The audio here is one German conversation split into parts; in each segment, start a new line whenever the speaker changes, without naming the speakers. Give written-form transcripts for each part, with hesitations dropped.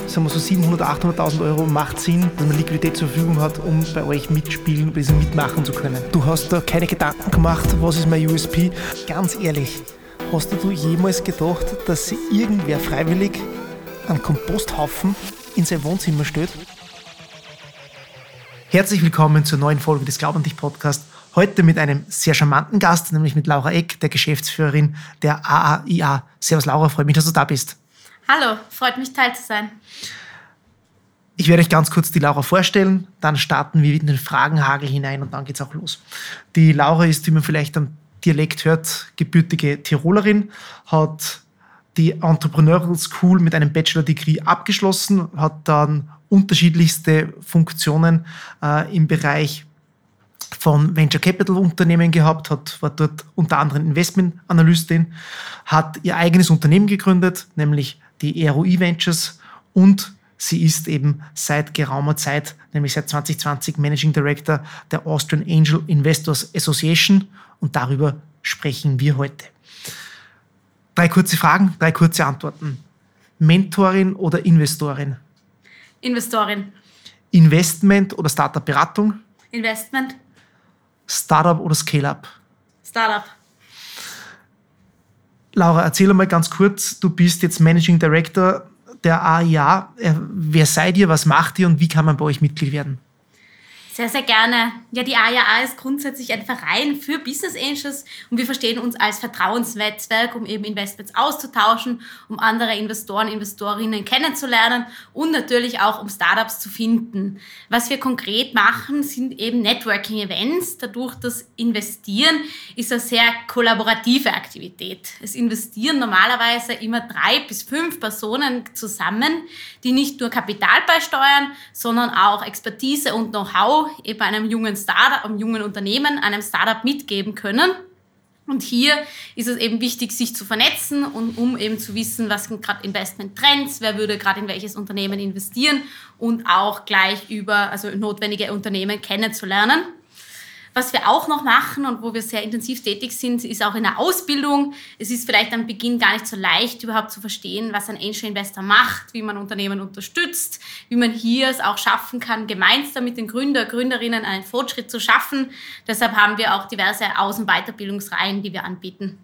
sagen wir so 700.000, 800.000 Euro, macht Sinn, dass man Liquidität zur Verfügung hat, um bei euch mitspielen, mitmachen zu können. Du hast da keine Gedanken gemacht, was ist mein USP? Ganz ehrlich, hast du jemals gedacht, dass sich irgendwer freiwillig einen Komposthaufen in sein Wohnzimmer stellt? Herzlich willkommen zur neuen Folge des Glaub an dich Podcast. Heute mit einem sehr charmanten Gast, nämlich mit Laura Eck, der Geschäftsführerin der AAIA. Servus Laura, freut mich, dass du da bist.
Hallo, freut mich, teil zu sein.
Ich werde euch ganz kurz die Laura vorstellen, dann starten wir in den Fragenhagel hinein und dann geht's auch los. Die Laura ist, wie man vielleicht am Dialekt hört, gebürtige Tirolerin, hat die Entrepreneurial School mit einem Bachelor-Degree abgeschlossen, hat dann unterschiedlichste Funktionen im Bereich von Venture Capital Unternehmen gehabt, war dort unter anderem Investmentanalystin, hat ihr eigenes Unternehmen gegründet, nämlich die ROI Ventures, und sie ist eben seit geraumer Zeit, nämlich seit 2020, Managing Director der Austrian Angel Investors Association, und darüber sprechen wir heute. 3 kurze Fragen, 3 kurze Antworten. Mentorin oder Investorin?
Investorin.
Investment oder Startup-Beratung?
Investment.
Startup oder Scale-Up?
Startup.
Laura, erzähl einmal ganz kurz, du bist jetzt Managing Director der AIA. Wer seid ihr, was macht ihr und wie kann man bei euch Mitglied werden?
Sehr, sehr gerne. Ja, die AIA ist grundsätzlich ein Verein für Business Angels und wir verstehen uns als Vertrauensnetzwerk, um eben Investments auszutauschen, um andere Investoren, Investorinnen kennenzulernen und natürlich auch, um Startups zu finden. Was wir konkret machen, sind eben Networking-Events. Dadurch, das Investieren ist eine sehr kollaborative Aktivität. Es investieren normalerweise immer 3 bis 5 Personen zusammen, die nicht nur Kapital beisteuern, sondern auch Expertise und Know-how eben einem jungen Startup, einem jungen Unternehmen, einem Startup mitgeben können. Und hier ist es eben wichtig, sich zu vernetzen und um eben zu wissen, was sind gerade Investment-Trends, wer würde gerade in welches Unternehmen investieren und auch gleich also notwendige Unternehmen kennenzulernen. Was wir auch noch machen und wo wir sehr intensiv tätig sind, ist auch in der Ausbildung. Es ist vielleicht am Beginn gar nicht so leicht, überhaupt zu verstehen, was ein Angel Investor macht, wie man Unternehmen unterstützt, wie man hier es auch schaffen kann, gemeinsam mit den Gründerinnen einen Fortschritt zu schaffen. Deshalb haben wir auch diverse Aus- und Weiterbildungsreihen, die wir anbieten.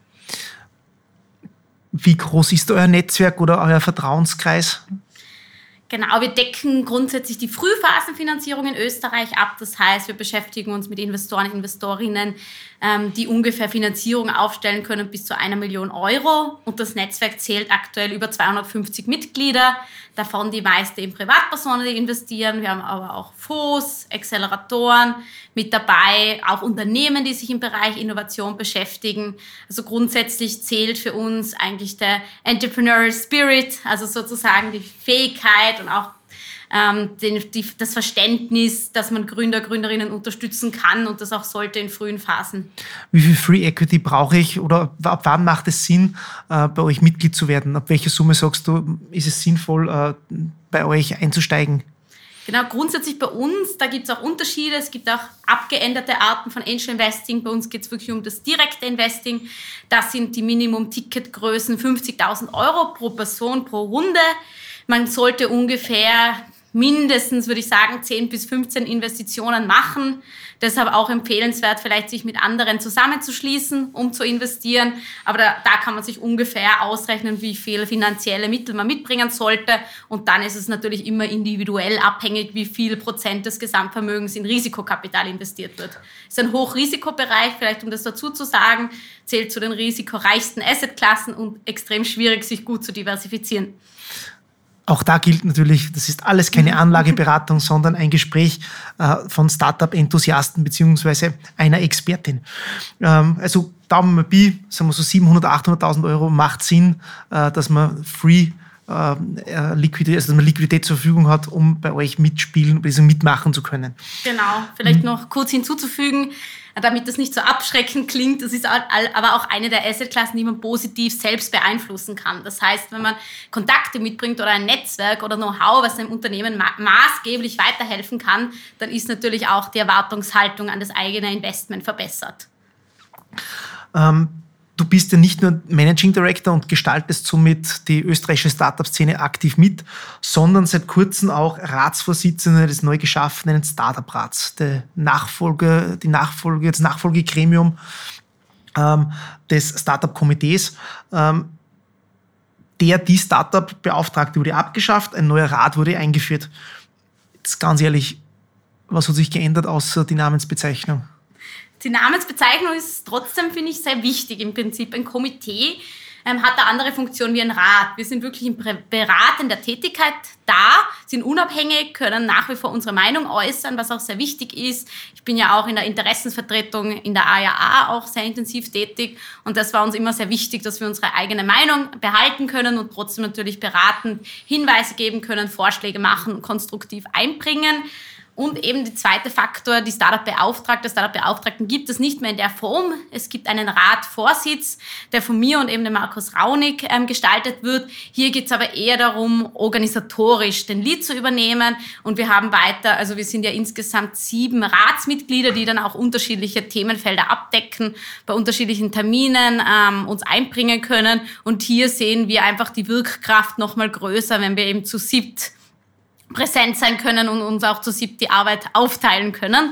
Wie groß ist euer Netzwerk oder euer Vertrauenskreis?
Genau, wir decken grundsätzlich die Frühphasenfinanzierung in Österreich ab. Das heißt, wir beschäftigen uns mit Investoren und Investorinnen, die ungefähr Finanzierung aufstellen können bis zu 1 Million Euro. Und das Netzwerk zählt aktuell über 250 Mitglieder, davon die meisten eben Privatpersonen, die investieren. Wir haben aber auch Fonds, Acceleratoren mit dabei, auch Unternehmen, die sich im Bereich Innovation beschäftigen. Also grundsätzlich zählt für uns eigentlich der Entrepreneurial Spirit, also sozusagen die Fähigkeit und auch das Verständnis, dass man Gründerinnen unterstützen kann und das auch sollte in frühen Phasen.
Wie viel Free Equity brauche ich oder ab wann macht es Sinn, bei euch Mitglied zu werden? Ab welcher Summe sagst du, ist es sinnvoll, bei euch einzusteigen?
Genau, grundsätzlich bei uns, da gibt es auch Unterschiede. Es gibt auch abgeänderte Arten von Angel Investing. Bei uns geht es wirklich um das direkte Investing. Das sind die Minimum-Ticketgrößen 50.000 Euro pro Person pro Runde. Man sollte ungefähr mindestens, würde ich sagen, 10 bis 15 Investitionen machen. Deshalb auch empfehlenswert, vielleicht sich mit anderen zusammenzuschließen, um zu investieren. Aber da kann man sich ungefähr ausrechnen, wie viel finanzielle Mittel man mitbringen sollte. Und dann ist es natürlich immer individuell abhängig, wie viel Prozent des Gesamtvermögens in Risikokapital investiert wird. Das ist ein Hochrisikobereich, vielleicht um das dazu zu sagen, zählt zu den risikoreichsten Assetklassen und extrem schwierig, sich gut zu diversifizieren.
Auch da gilt natürlich, das ist alles keine Anlageberatung, sondern ein Gespräch von Startup-Enthusiasten beziehungsweise einer Expertin. Also Daumen mal Pi, sagen wir so 700.000, 800.000 Euro macht Sinn, dass man Liquidität zur Verfügung hat, um bei euch mitspielen, mitmachen zu können.
Genau, vielleicht noch kurz hinzuzufügen, damit das nicht so abschreckend klingt, das ist aber auch eine der Assetklassen, die man positiv selbst beeinflussen kann. Das heißt, wenn man Kontakte mitbringt oder ein Netzwerk oder Know-how, was einem Unternehmen maßgeblich weiterhelfen kann, dann ist natürlich auch die Erwartungshaltung an das eigene Investment verbessert.
Du bist ja nicht nur Managing Director und gestaltest somit die österreichische Startup-Szene aktiv mit, sondern seit kurzem auch Ratsvorsitzende des neu geschaffenen Startup-Rats, das Nachfolgegremium des Startup-Komitees. Die Startup-Beauftragte wurde abgeschafft, ein neuer Rat wurde eingeführt. Jetzt ganz ehrlich, was hat sich geändert außer die Namensbezeichnung?
Die Namensbezeichnung ist trotzdem, finde ich, sehr wichtig. Im Prinzip ein Komitee hat eine andere Funktion wie ein Rat. Wir sind wirklich in beratender Tätigkeit da, sind unabhängig, können nach wie vor unsere Meinung äußern, was auch sehr wichtig ist. Ich bin ja auch in der Interessensvertretung in der AJA auch sehr intensiv tätig und das war uns immer sehr wichtig, dass wir unsere eigene Meinung behalten können und trotzdem natürlich beratend Hinweise geben können, Vorschläge machen und konstruktiv einbringen. Und eben der zweite Faktor, die Startup-Beauftragte. Startup-Beauftragten gibt es nicht mehr in der Form. Es gibt einen Ratvorsitz, der von mir und eben dem Markus Raunig gestaltet wird. Hier geht es aber eher darum, organisatorisch den Lead zu übernehmen. Und wir haben wir sind ja insgesamt 7 Ratsmitglieder, die dann auch unterschiedliche Themenfelder abdecken, bei unterschiedlichen Terminen uns einbringen können. Und hier sehen wir einfach die Wirkkraft noch mal größer, wenn wir eben zu 7 präsent sein können und uns auch zu 7 die Arbeit aufteilen können.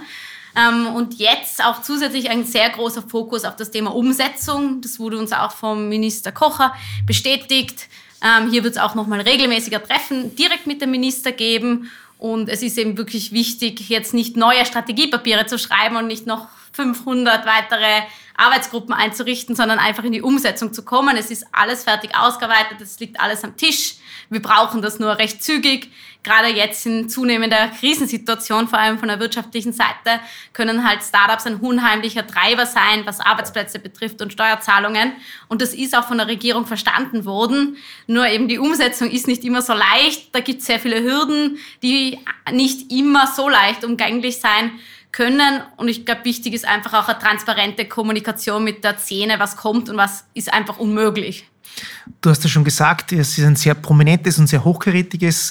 Und jetzt auch zusätzlich ein sehr großer Fokus auf das Thema Umsetzung. Das wurde uns auch vom Minister Kocher bestätigt. Hier wird es auch nochmal regelmäßiger Treffen direkt mit dem Minister geben. Und es ist eben wirklich wichtig, jetzt nicht neue Strategiepapiere zu schreiben und nicht noch 500 weitere Arbeitsgruppen einzurichten, sondern einfach in die Umsetzung zu kommen. Es ist alles fertig ausgearbeitet, es liegt alles am Tisch. Wir brauchen das nur recht zügig. Gerade jetzt in zunehmender Krisensituation, vor allem von der wirtschaftlichen Seite, können halt Startups ein unheimlicher Treiber sein, was Arbeitsplätze betrifft und Steuerzahlungen. Und das ist auch von der Regierung verstanden worden. Nur eben die Umsetzung ist nicht immer so leicht. Da gibt es sehr viele Hürden, die nicht immer so leicht umgänglich sein können. Und ich glaube, wichtig ist einfach auch eine transparente Kommunikation mit der Szene, was kommt und was ist einfach unmöglich.
Du hast ja schon gesagt, es ist ein sehr prominentes und sehr hochkarätiges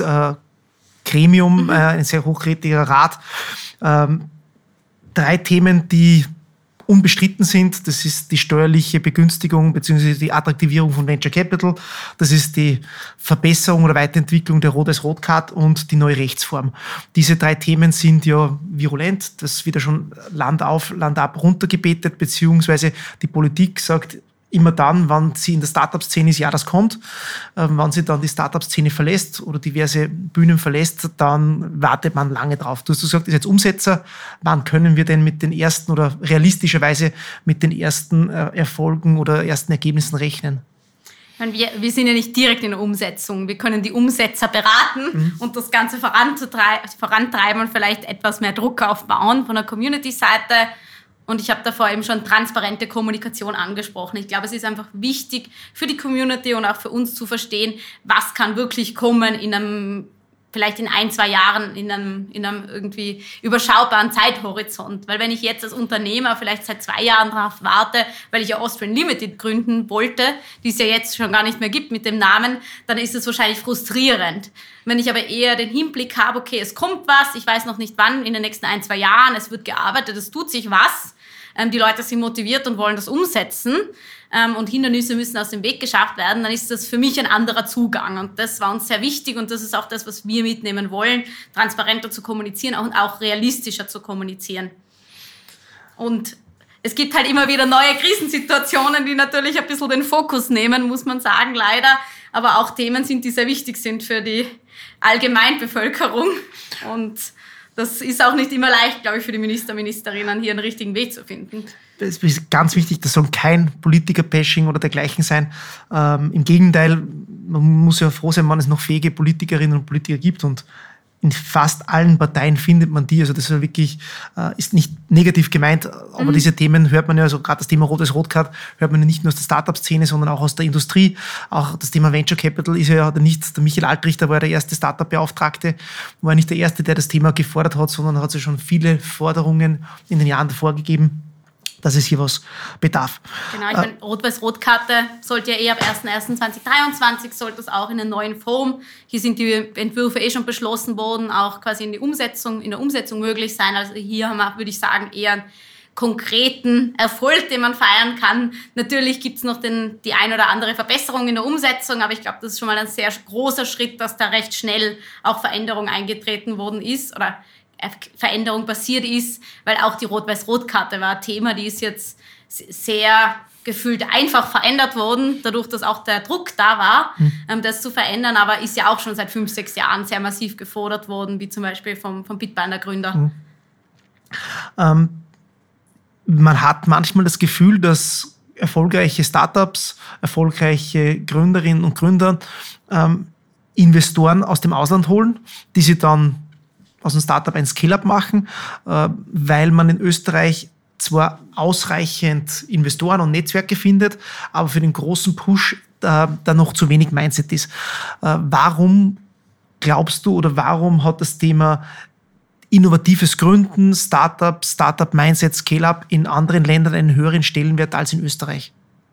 Gremium, ein sehr hochkarätiger Rat. 3 Themen, die unbestritten sind. Das ist die steuerliche Begünstigung bzw. die Attraktivierung von Venture Capital. Das ist die Verbesserung oder Weiterentwicklung der Rot-Weiß-Rot-Card und die neue Rechtsform. Diese 3 Themen sind ja virulent. Das wird ja schon Land auf, Land ab runtergebetet, beziehungsweise die Politik sagt, immer dann, wenn sie in der Startup-Szene ist, ja, das kommt. Wenn sie dann die Startup-Szene verlässt oder diverse Bühnen verlässt, dann wartet man lange drauf. Du hast gesagt, das ist jetzt Umsetzer. Wann können wir denn mit den ersten oder realistischerweise mit den ersten Erfolgen oder ersten Ergebnissen rechnen?
Wir sind ja nicht direkt in der Umsetzung. Wir können die Umsetzer beraten und das Ganze vorantreiben und vielleicht etwas mehr Druck aufbauen von der Community-Seite. Und ich habe davor eben schon transparente Kommunikation angesprochen. Ich glaube, es ist einfach wichtig für die Community und auch für uns zu verstehen, was kann wirklich kommen vielleicht in 1-2 Jahren in einem irgendwie überschaubaren Zeithorizont. Weil wenn ich jetzt als Unternehmer vielleicht seit 2 Jahren darauf warte, weil ich ja Austrian Limited gründen wollte, die es ja jetzt schon gar nicht mehr gibt mit dem Namen, dann ist es wahrscheinlich frustrierend. Wenn ich aber eher den Hinblick habe, okay, es kommt was, ich weiß noch nicht wann, in den nächsten 1-2 Jahren, es wird gearbeitet, es tut sich was, die Leute sind motiviert und wollen das umsetzen und Hindernisse müssen aus dem Weg geschafft werden, dann ist das für mich ein anderer Zugang. Und das war uns sehr wichtig und das ist auch das, was wir mitnehmen wollen, transparenter zu kommunizieren und auch realistischer zu kommunizieren. Und es gibt halt immer wieder neue Krisensituationen, die natürlich ein bisschen den Fokus nehmen, muss man sagen, leider. Aber auch Themen sind, die sehr wichtig sind für die Allgemeinbevölkerung. Und das ist auch nicht immer leicht, glaube ich, für die Minister, Ministerinnen, hier einen richtigen Weg zu finden.
Das ist ganz wichtig, das soll kein Politiker-Bashing oder dergleichen sein. Im Gegenteil, man muss ja froh sein, wenn es noch fähige Politikerinnen und Politiker gibt und in fast allen Parteien findet man die. Also das ist wirklich, ist nicht negativ gemeint, aber diese Themen hört man ja, also gerade das Thema Rot-Weiß-Rot-Card hört man ja nicht nur aus der Startup-Szene, sondern auch aus der Industrie. Auch das Thema Venture Capital ist ja nicht, der Michael Altrichter war ja der erste Startup-Beauftragte, war nicht der erste, der das Thema gefordert hat, sondern hat es ja schon viele Forderungen in den Jahren davor gegeben, dass es hier was bedarf.
Genau, ich meine, Rot-Weiß-Rot-Karte sollte ja ab 01.01.2023 sollte es auch in einer neuen Form. Hier sind die Entwürfe schon beschlossen worden, auch quasi in der Umsetzung möglich sein. Also hier haben wir, würde ich sagen, eher konkreten Erfolg, den man feiern kann. Natürlich gibt es noch die ein oder andere Verbesserung in der Umsetzung, aber ich glaube, das ist schon mal ein sehr großer Schritt, dass da recht schnell auch Veränderung eingetreten worden ist oder Veränderung passiert ist, weil auch die Rot-Weiß-Rot-Karte war ein Thema, die ist jetzt sehr gefühlt einfach verändert worden, dadurch, dass auch der Druck da war, das zu verändern, aber ist ja auch schon seit 5-6 Jahren sehr massiv gefordert worden, wie zum Beispiel vom Bitbinder-Gründer.
Man hat manchmal das Gefühl, dass erfolgreiche Startups, erfolgreiche Gründerinnen und Gründer Investoren aus dem Ausland holen, die sie dann aus dem Startup ein Scale-up machen, weil man in Österreich zwar ausreichend Investoren und Netzwerke findet, aber für den großen Push da noch zu wenig Mindset ist. Warum glaubst du oder warum hat das Thema innovatives Gründen, Startup-Mindset, Scale-up in anderen Ländern einen höheren Stellenwert als in Österreich?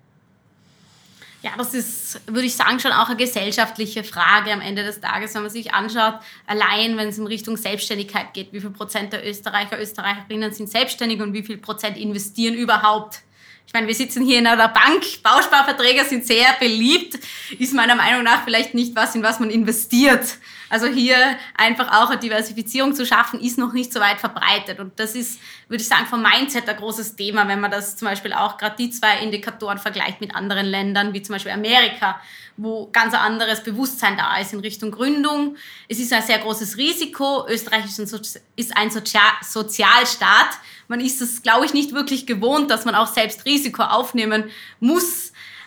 Ja, das ist, würde ich sagen, schon auch eine gesellschaftliche Frage am Ende des Tages, wenn man sich anschaut, allein wenn es in Richtung Selbstständigkeit geht, wie viel Prozent der Österreicher, Österreicherinnen sind selbstständig und wie viel Prozent investieren überhaupt. Ich meine, wir sitzen hier in einer Bank, Bausparverträge sind sehr beliebt, ist meiner Meinung nach vielleicht nicht was, in was man investiert. Also hier einfach auch eine Diversifizierung zu schaffen, ist noch nicht so weit verbreitet. Und das ist, würde ich sagen, vom Mindset ein großes Thema, wenn man das zum Beispiel auch gerade die 2 Indikatoren vergleicht mit anderen Ländern, wie zum Beispiel Amerika, wo ganz ein anderes Bewusstsein da ist in Richtung Gründung. Es ist ein sehr großes Risiko. Österreich ist ein Sozialstaat. Man ist es, glaube ich, nicht wirklich gewohnt, dass man auch selbst Risiko aufnehmen muss.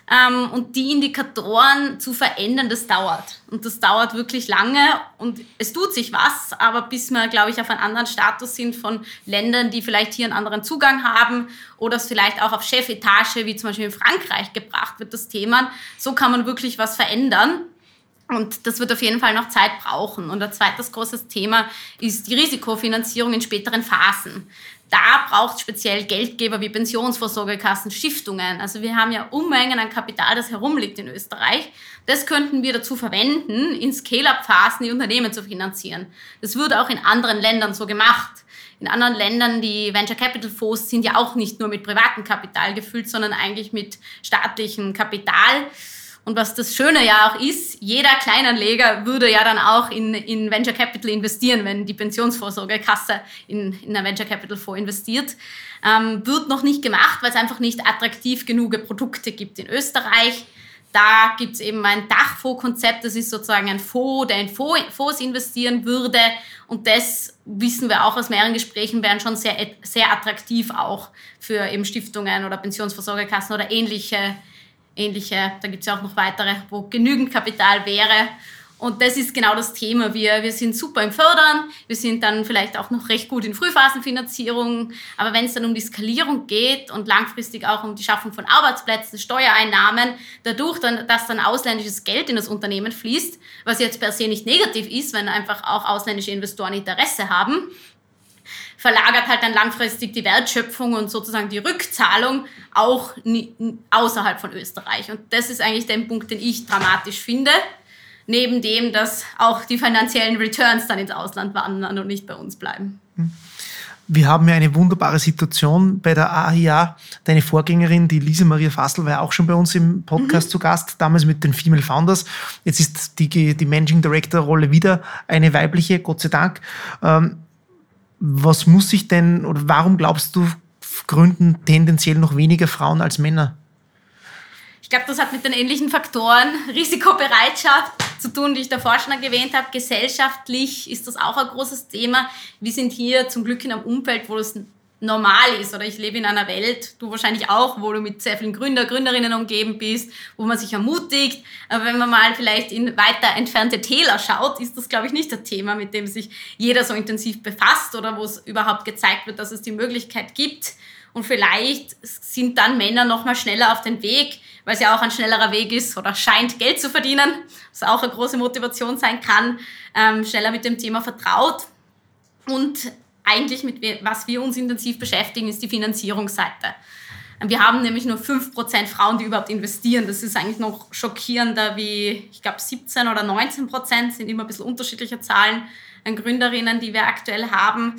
Und die Indikatoren zu verändern, das dauert. Und das dauert wirklich lange und es tut sich was, aber bis wir, glaube ich, auf einen anderen Status sind von Ländern, die vielleicht hier einen anderen Zugang haben oder es vielleicht auch auf Chefetage, wie zum Beispiel in Frankreich gebracht wird, das Thema, so kann man wirklich was verändern. Und das wird auf jeden Fall noch Zeit brauchen. Und ein zweites großes Thema ist die Risikofinanzierung in späteren Phasen. Da braucht es speziell Geldgeber wie Pensionsvorsorgekassen, Stiftungen. Also wir haben ja Unmengen an Kapital, das herumliegt in Österreich. Das könnten wir dazu verwenden, in Scale-up-Phasen die Unternehmen zu finanzieren. Das wird auch in anderen Ländern so gemacht. In anderen Ländern, die Venture Capital Fonds sind ja auch nicht nur mit privatem Kapital gefüllt, sondern eigentlich mit staatlichem Kapital. Und was das Schöne ja auch ist, jeder Kleinanleger würde ja dann auch in Venture Capital investieren, wenn die Pensionsvorsorgekasse in ein Venture Capital Fonds investiert. Wird noch nicht gemacht, weil es einfach nicht attraktiv genug Produkte gibt in Österreich. Da gibt es eben ein Dachfondskonzept, das ist sozusagen ein Fonds, der in Fonds investieren würde. Und das wissen wir auch aus mehreren Gesprächen, wären schon sehr, sehr attraktiv auch für eben Stiftungen oder Pensionsvorsorgekassen oder ähnliche, da gibt es ja auch noch weitere, wo genügend Kapital wäre. Und das ist genau das Thema. Wir sind super im Fördern, wir sind dann vielleicht auch noch recht gut in Frühphasenfinanzierung, aber wenn es dann um die Skalierung geht und langfristig auch um die Schaffung von Arbeitsplätzen, Steuereinnahmen, dadurch, dass dann ausländisches Geld in das Unternehmen fließt, was jetzt per se nicht negativ ist, wenn einfach auch ausländische Investoren Interesse haben, verlagert halt dann langfristig die Wertschöpfung und sozusagen die Rückzahlung auch außerhalb von Österreich. Und das ist eigentlich der Punkt, den ich dramatisch finde, neben dem, dass auch die finanziellen Returns dann ins Ausland wandern und nicht bei uns bleiben.
Wir haben ja eine wunderbare Situation bei der AIA. Deine Vorgängerin, die Lise Maria Fassel, war ja auch schon bei uns im Podcast zu Gast, damals mit den Female Founders. Jetzt ist die Managing Director-Rolle wieder eine weibliche, Gott sei Dank. Was muss sich denn, oder warum glaubst du, gründen tendenziell noch weniger Frauen als Männer?
Ich glaube, das hat mit den ähnlichen Faktoren Risikobereitschaft zu tun, die ich davor schon erwähnt habe. Gesellschaftlich ist das auch ein großes Thema. Wir sind hier zum Glück in einem Umfeld, wo das normal ist. Oder ich lebe in einer Welt, du wahrscheinlich auch, wo du mit sehr vielen Gründerinnen umgeben bist, wo man sich ermutigt. Aber wenn man mal vielleicht in weiter entfernte Täler schaut, ist das, glaube ich, nicht das Thema, mit dem sich jeder so intensiv befasst oder wo es überhaupt gezeigt wird, dass es die Möglichkeit gibt. Und vielleicht sind dann Männer noch mal schneller auf den Weg, weil es ja auch ein schnellerer Weg ist oder scheint, Geld zu verdienen, was auch eine große Motivation sein kann, schneller mit dem Thema vertraut. Und eigentlich was wir uns intensiv beschäftigen, ist die Finanzierungsseite. Wir haben nämlich nur 5% Frauen, die überhaupt investieren. Das ist eigentlich noch schockierender wie, ich glaube, 17 oder 19%, sind immer ein bisschen unterschiedliche Zahlen an Gründerinnen, die wir aktuell haben.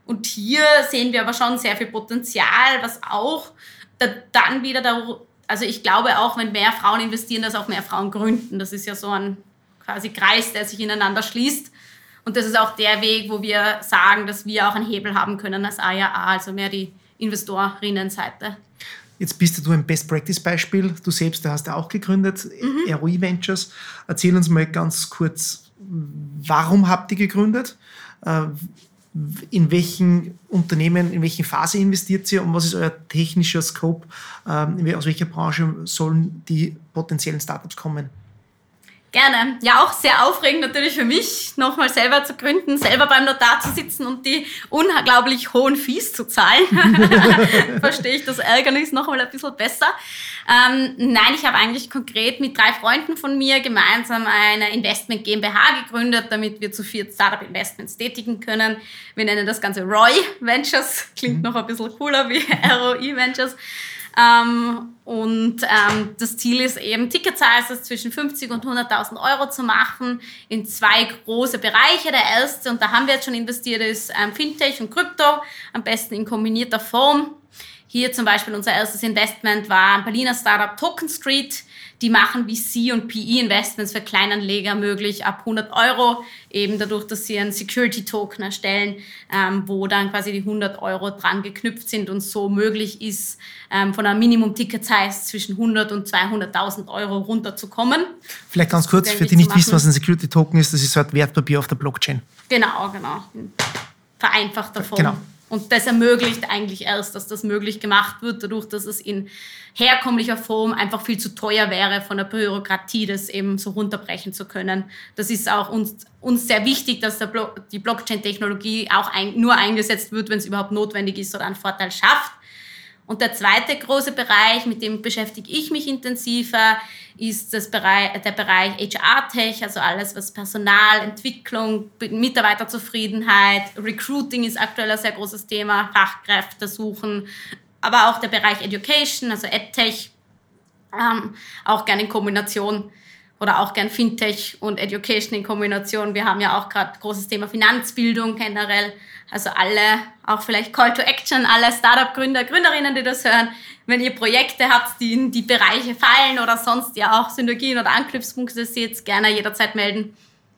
Und hier sehen wir aber schon sehr viel Potenzial, was auch dann wieder also ich glaube auch, wenn mehr Frauen investieren, dass auch mehr Frauen gründen. Das ist ja so ein quasi Kreis, der sich ineinander schließt. Und das ist auch der Weg, wo wir sagen, dass wir auch einen Hebel haben können als AJA, also mehr die Investorinnenseite.
Jetzt bist du ein Best-Practice-Beispiel. Du selbst, du hast ja auch gegründet, ROI Ventures. Erzähl uns mal ganz kurz, warum habt ihr gegründet? In welchen Unternehmen, in welche Phase investiert ihr und was ist euer technischer Scope? Aus welcher Branche sollen die potenziellen Startups kommen?
Gerne. Ja, auch sehr aufregend natürlich für mich, nochmal selber zu gründen, selber beim Notar zu sitzen und die unglaublich hohen Fees zu zahlen. Verstehe ich das Ärgernis nochmal ein bisschen besser. Nein, ich habe eigentlich konkret mit 3 Freunden von mir gemeinsam eine Investment GmbH gegründet, damit wir zu 4 Startup-Investments tätigen können. Wir nennen das Ganze ROI Ventures, klingt noch ein bisschen cooler wie ROI Ventures. Das Ziel ist eben, Ticket-Sizes zwischen 50 und 100.000 Euro zu machen in 2 große Bereiche. Der erste, und da haben wir jetzt schon investiert, ist Fintech und Krypto, am besten in kombinierter Form. Hier zum Beispiel unser erstes Investment war ein Berliner Startup Token Street. Die machen VC- und PE-Investments für Kleinanleger möglich ab 100 Euro, eben dadurch, dass sie einen Security-Token erstellen, wo dann quasi die 100 Euro dran geknüpft sind und so möglich ist, von einem Minimum-Ticket-Size zwischen 100 und 200.000 Euro runterzukommen.
Vielleicht ganz kurz, für die nicht wissen, was ein Security-Token ist, das ist so ein Wertpapier auf der Blockchain.
Genau. In vereinfachter Form.
Genau.
Und das ermöglicht eigentlich erst, dass das möglich gemacht wird, dadurch, dass es in herkömmlicher Form einfach viel zu teuer wäre von der Bürokratie, das eben so runterbrechen zu können. Das ist auch uns sehr wichtig, dass die Blockchain-Technologie auch nur eingesetzt wird, wenn es überhaupt notwendig ist oder einen Vorteil schafft. Und der zweite große Bereich, mit dem beschäftige ich mich intensiver, ist der Bereich HR-Tech, also alles, was Personal, Entwicklung, Mitarbeiterzufriedenheit, Recruiting ist aktuell ein sehr großes Thema, Fachkräfte suchen, aber auch der Bereich Education, also EdTech, auch gerne in Kombination oder auch gern Fintech und Education in Kombination. Wir haben ja auch gerade großes Thema Finanzbildung generell. Also alle, auch vielleicht Call to Action, alle Startup-Gründer, Gründerinnen, die das hören, wenn ihr Projekte habt, die in die Bereiche fallen oder sonst ja auch Synergien oder Anknüpfungspunkte seht, gerne jederzeit melden.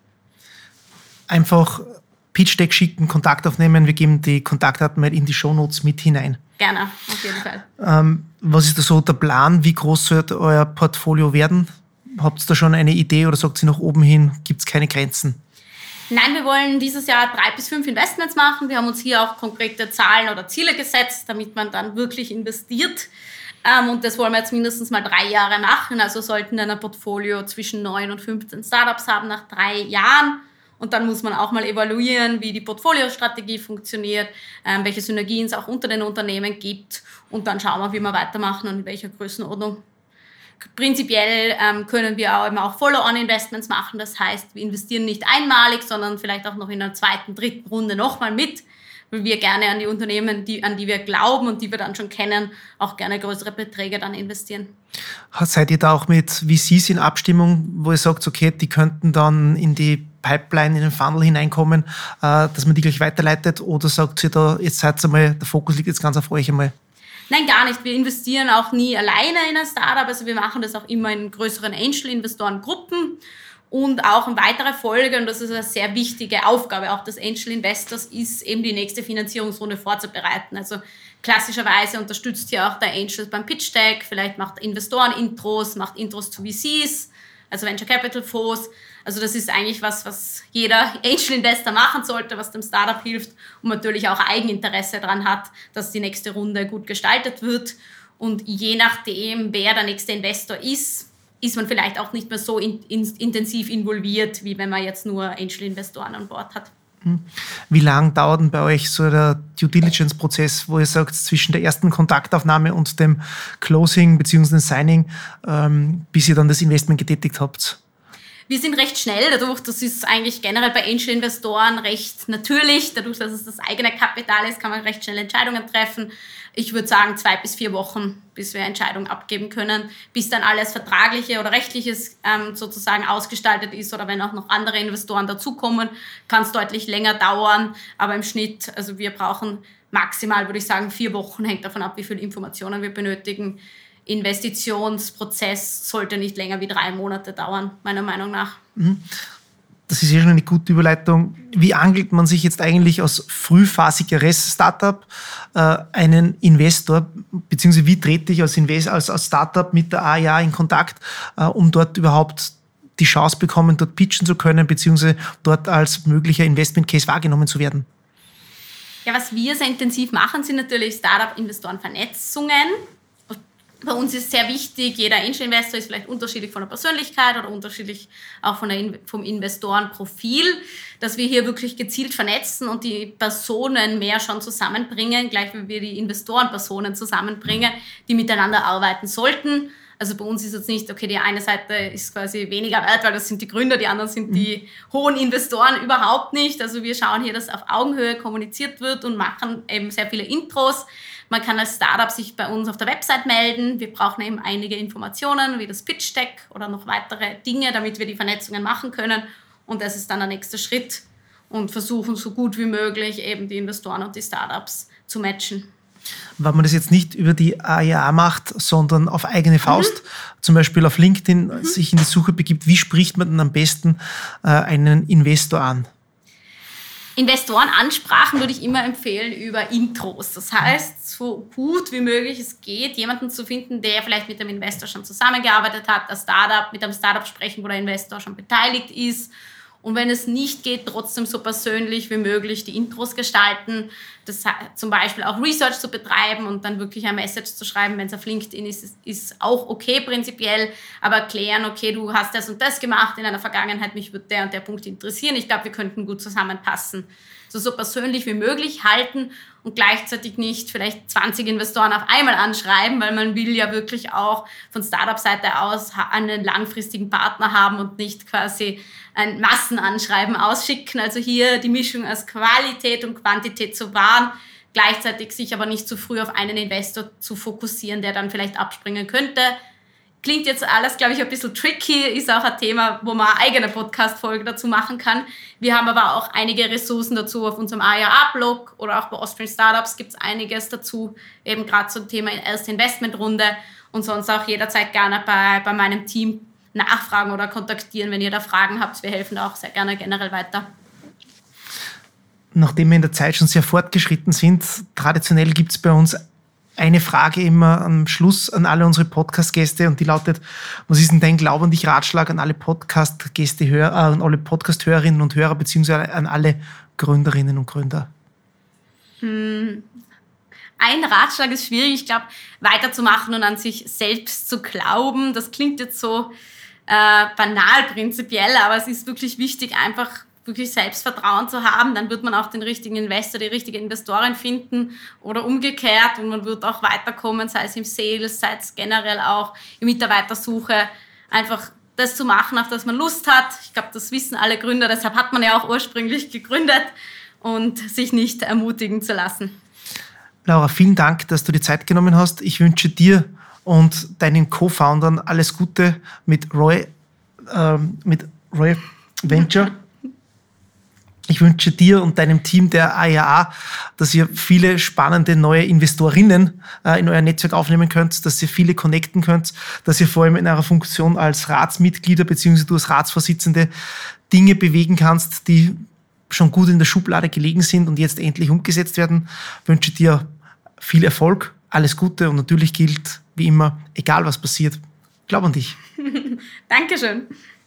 Einfach Pitch-Deck schicken, Kontakt aufnehmen. Wir geben die Kontaktdaten mal in die Shownotes mit hinein.
Gerne, auf jeden Fall.
Was ist da so der Plan? Wie groß sollte euer Portfolio werden? Habt ihr da schon eine Idee oder sagt ihr nach oben hin, gibt es keine Grenzen?
Nein, wir wollen dieses Jahr 3 bis 5 Investments machen. Wir haben uns hier auch konkrete Zahlen oder Ziele gesetzt, damit man dann wirklich investiert. Und das wollen wir jetzt mindestens mal 3 Jahre machen. Also sollten wir ein Portfolio zwischen 9 und 15 Startups haben nach 3 Jahren. Und dann muss man auch mal evaluieren, wie die Portfoliostrategie funktioniert, welche Synergien es auch unter den Unternehmen gibt. Und dann schauen wir, wie wir weitermachen und in welcher Größenordnung. Prinzipiell können wir auch Follow-on-Investments machen. Das heißt, wir investieren nicht einmalig, sondern vielleicht auch noch in einer 2., 3. Runde nochmal mit, weil wir gerne an die Unternehmen, an die wir glauben und die wir dann schon kennen, auch gerne größere Beträge dann investieren.
Seid ihr da auch mit VCs in Abstimmung, wo ihr sagt, okay, die könnten dann in die Pipeline, in den Funnel hineinkommen, dass man die gleich weiterleitet? Oder sagt ihr da, jetzt seid ihr mal, der Fokus liegt jetzt ganz auf euch einmal?
Nein, gar nicht. Wir investieren auch nie alleine in ein Startup. Also wir machen das auch immer in größeren Angel-Investoren-Gruppen. Und auch eine weitere Folge, und das ist eine sehr wichtige Aufgabe auch des Angel Investors, ist eben die nächste Finanzierungsrunde vorzubereiten. Also klassischerweise unterstützt hier auch der Angel beim Pitch Deck, vielleicht macht Investoren-Intros, macht Intros zu VCs, also Venture Capital Fonds. Also das ist eigentlich was jeder Angel Investor machen sollte, was dem Startup hilft und natürlich auch Eigeninteresse daran hat, dass die nächste Runde gut gestaltet wird. Und je nachdem, wer der nächste Investor ist man vielleicht auch nicht mehr so intensiv involviert, wie wenn man jetzt nur Angel-Investoren an Bord hat.
Wie lange dauert denn bei euch so der Due-Diligence-Prozess, wo ihr sagt, zwischen der ersten Kontaktaufnahme und dem Closing bzw. dem Signing, bis ihr dann das Investment getätigt habt?
Wir sind recht schnell dadurch, das ist eigentlich generell bei Angel-Investoren recht natürlich, dadurch, dass es das eigene Kapital ist, kann man recht schnell Entscheidungen treffen. Ich würde sagen 2 bis 4 Wochen, bis wir Entscheidungen abgeben können, bis dann alles Vertragliche oder Rechtliches sozusagen ausgestaltet ist oder wenn auch noch andere Investoren dazukommen, kann es deutlich länger dauern. Aber im Schnitt, also wir brauchen maximal, würde ich sagen, 4 Wochen, hängt davon ab, wie viele Informationen wir benötigen. Investitionsprozess sollte nicht länger wie 3 Monate dauern, meiner Meinung nach.
Das ist ja schon eine gute Überleitung. Wie angelt man sich jetzt eigentlich als frühphasigeres Startup einen Investor, beziehungsweise wie trete ich als Startup mit der AIA in Kontakt, um dort überhaupt die Chance bekommen, dort pitchen zu können, beziehungsweise dort als möglicher Investment-Case wahrgenommen zu werden?
Ja, was wir sehr intensiv machen, sind natürlich Startup-Investoren-Vernetzungen. Bei uns ist sehr wichtig, jeder Angel-Investor ist vielleicht unterschiedlich von der Persönlichkeit oder unterschiedlich auch vom Investorenprofil, dass wir hier wirklich gezielt vernetzen und die Personen mehr schon zusammenbringen, gleich wie wir die Investorenpersonen zusammenbringen, die miteinander arbeiten sollten. Also bei uns ist jetzt nicht, okay, die eine Seite ist quasi weniger wert, weil das sind die Gründer, die anderen sind die hohen Investoren, überhaupt nicht. Also wir schauen hier, dass auf Augenhöhe kommuniziert wird und machen eben sehr viele Intros. Man kann als Startup sich bei uns auf der Website melden. Wir brauchen eben einige Informationen, wie das Pitch-Deck oder noch weitere Dinge, damit wir die Vernetzungen machen können. Und das ist dann der nächste Schritt und versuchen so gut wie möglich eben die Investoren und die Startups zu matchen.
Wenn man das jetzt nicht über die AIA macht, sondern auf eigene Faust, zum Beispiel auf LinkedIn sich in die Suche begibt, wie spricht man denn am besten einen Investor an?
Investorenansprachen würde ich immer empfehlen über Intros. Das heißt, so gut wie möglich es geht, jemanden zu finden, der vielleicht mit dem Investor schon zusammengearbeitet hat, mit einem Startup sprechen, wo der Investor schon beteiligt ist. Und wenn es nicht geht, trotzdem so persönlich wie möglich die Intros gestalten. Das zum Beispiel auch Research zu betreiben und dann wirklich ein Message zu schreiben, wenn es auf LinkedIn ist auch okay prinzipiell. Aber erklären, okay, du hast das und das gemacht in einer Vergangenheit, mich würde der und der Punkt interessieren. Ich glaube, wir könnten gut zusammenpassen. So persönlich wie möglich halten und gleichzeitig nicht vielleicht 20 Investoren auf einmal anschreiben, weil man will ja wirklich auch von Startup-Seite aus einen langfristigen Partner haben und nicht quasi ein Massenanschreiben ausschicken. Also hier die Mischung aus Qualität und Quantität zu wahren, gleichzeitig sich aber nicht zu früh auf einen Investor zu fokussieren, der dann vielleicht abspringen könnte. Klingt jetzt alles, glaube ich, ein bisschen tricky, ist auch ein Thema, wo man eine eigene Podcast-Folge dazu machen kann. Wir haben aber auch einige Ressourcen dazu auf unserem AIA-Blog oder auch bei Austrian Startups gibt es einiges dazu, eben gerade zum Thema erste Investmentrunde und sonst auch jederzeit gerne bei meinem Team nachfragen oder kontaktieren, wenn ihr da Fragen habt. Wir helfen da auch sehr gerne generell weiter.
Nachdem wir in der Zeit schon sehr fortgeschritten sind, traditionell gibt es bei uns eine Frage immer am Schluss an alle unsere Podcast-Gäste und die lautet: Was ist denn dein Glaube und Ratschlag an alle Podcast-Gäste, an alle Podcast-Hörerinnen und Hörer beziehungsweise an alle Gründerinnen und Gründer?
Ein Ratschlag ist schwierig, ich glaube, weiterzumachen und an sich selbst zu glauben. Das klingt jetzt so banal prinzipiell, aber es ist wirklich wichtig, einfach wirklich Selbstvertrauen zu haben, dann wird man auch den richtigen Investor, die richtige Investorin finden oder umgekehrt und man wird auch weiterkommen, sei es im Sales, sei es generell auch in Mitarbeitersuche, einfach das zu machen, auf das man Lust hat. Ich glaube, das wissen alle Gründer, deshalb hat man ja auch ursprünglich gegründet und sich nicht ermutigen zu lassen.
Laura, vielen Dank, dass du die Zeit genommen hast. Ich wünsche dir und deinen Co-Foundern alles Gute mit Roy Venture. Ich wünsche dir und deinem Team der AIA, dass ihr viele spannende neue Investorinnen in euer Netzwerk aufnehmen könnt, dass ihr viele connecten könnt, dass ihr vor allem in eurer Funktion als Ratsmitglieder bzw. du als Ratsvorsitzende Dinge bewegen kannst, die schon gut in der Schublade gelegen sind und jetzt endlich umgesetzt werden. Ich wünsche dir viel Erfolg, alles Gute und natürlich gilt, wie immer, egal was passiert, glaub an dich.
Dankeschön.